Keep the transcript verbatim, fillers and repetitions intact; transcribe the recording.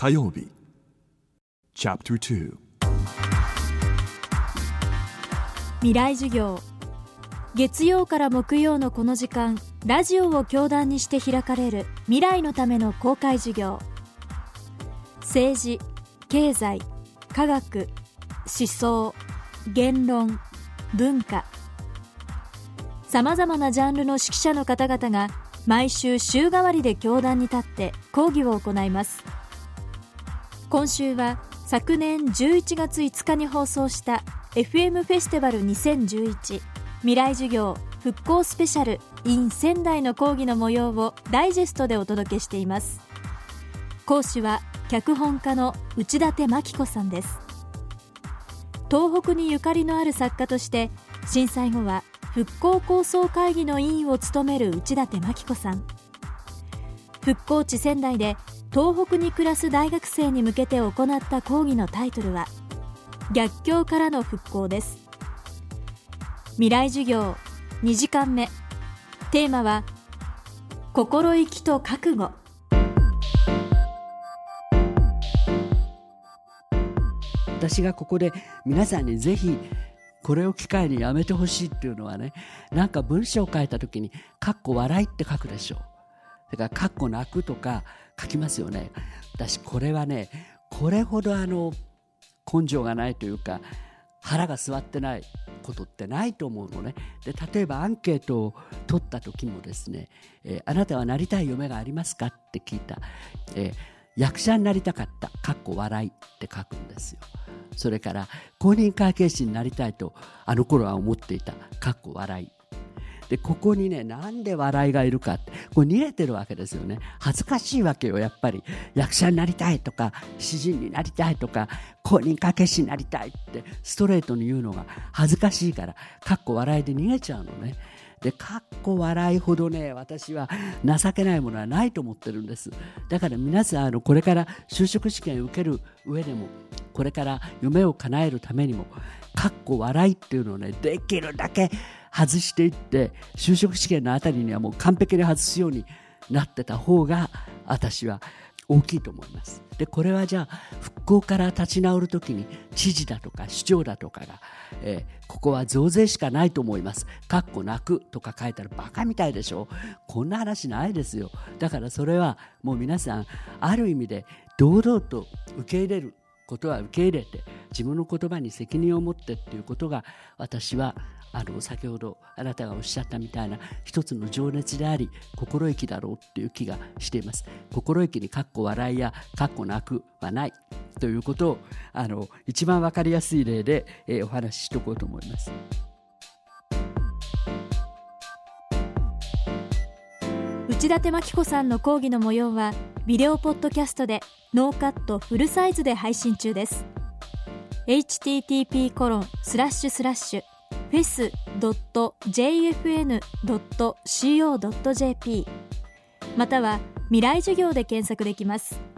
火曜日 チャプターに未来授業。月曜から木曜のこの時間、ラジオを教壇にして開かれる未来のための公開授業。政治、経済、科学、思想、言論、文化、さまざまなジャンルの指揮者の方々が毎週週替わりで教壇に立って講義を行います。今週は昨年じゅういちがついつかに放送した エフエム フェスティバルにせんじゅういち未来授業復興スペシャル in 仙台の講義の模様をダイジェストでお届けしています。講師は脚本家の内館真紀子さんです。東北にゆかりのある作家として震災後は復興構想会議の委員を務める内館真紀子さん。復興地仙台で東北に暮らす大学生に向けて行った講義のタイトルは逆境からの復興です。未来授業にじかんめ、テーマは心意気と覚悟。 私がここで皆さんにぜひこれを機会にやめてほしいっていうのはね、なんか文章を書いた時にかっこ笑いって書くでしょ。だからかっこ泣くとか書きますよね。私これはね、これほどあの根性がないというか腹が据わってないことってないと思うのね。で、例えばアンケートを取った時もですね、えー、あなたはなりたい夢がありますかって聞いた、えー、役者になりたかったかっこ笑いって書くんですよ。それから公認会計士になりたいとあの頃は思っていたかっこ笑いで、ここにね、なんで笑いがいるかって、これ逃げてるわけですよね。恥ずかしいわけよ。やっぱり役者になりたいとか詩人になりたいとか公認会計士になりたいってストレートに言うのが恥ずかしいからかっこ笑いで逃げちゃうのね。で、かっこ笑いほどね、私は情けないものはないと思ってるんです。だから皆さん、あのこれから就職試験を受ける上でも、これから夢を叶えるためにもかっこ笑いっていうのをね、できるだけ外していって就職試験のあたりにはもう完璧に外すようになってた方が私は大きいと思います。で、これはじゃあ復興から立ち直るときに知事だとか市長だとかが、えー、ここは増税しかないと思いますかっこ泣くとか書いたらバカみたいでしょ。こんな話ないですよ。だからそれはもう皆さんある意味で堂々と受け入れることは受け入れて自分の言葉に責任を持ってっていうことが、私はあの先ほどあなたがおっしゃったみたいな一つの情熱であり心意気だろうっていう気がしています。心意気にかっこ笑いやかっこ泣くはないということをあの一番わかりやすい例で、えー、お話ししておこうと思います。 内館真紀子さんの講義の模様はビデオポッドキャストでノーカットフルサイズで配信中です。 エイチティーティーピーコロンスラッシュスラッシュフェスドットジェイエフエヌドットシーオードットジェーピー または未来授業で検索できます。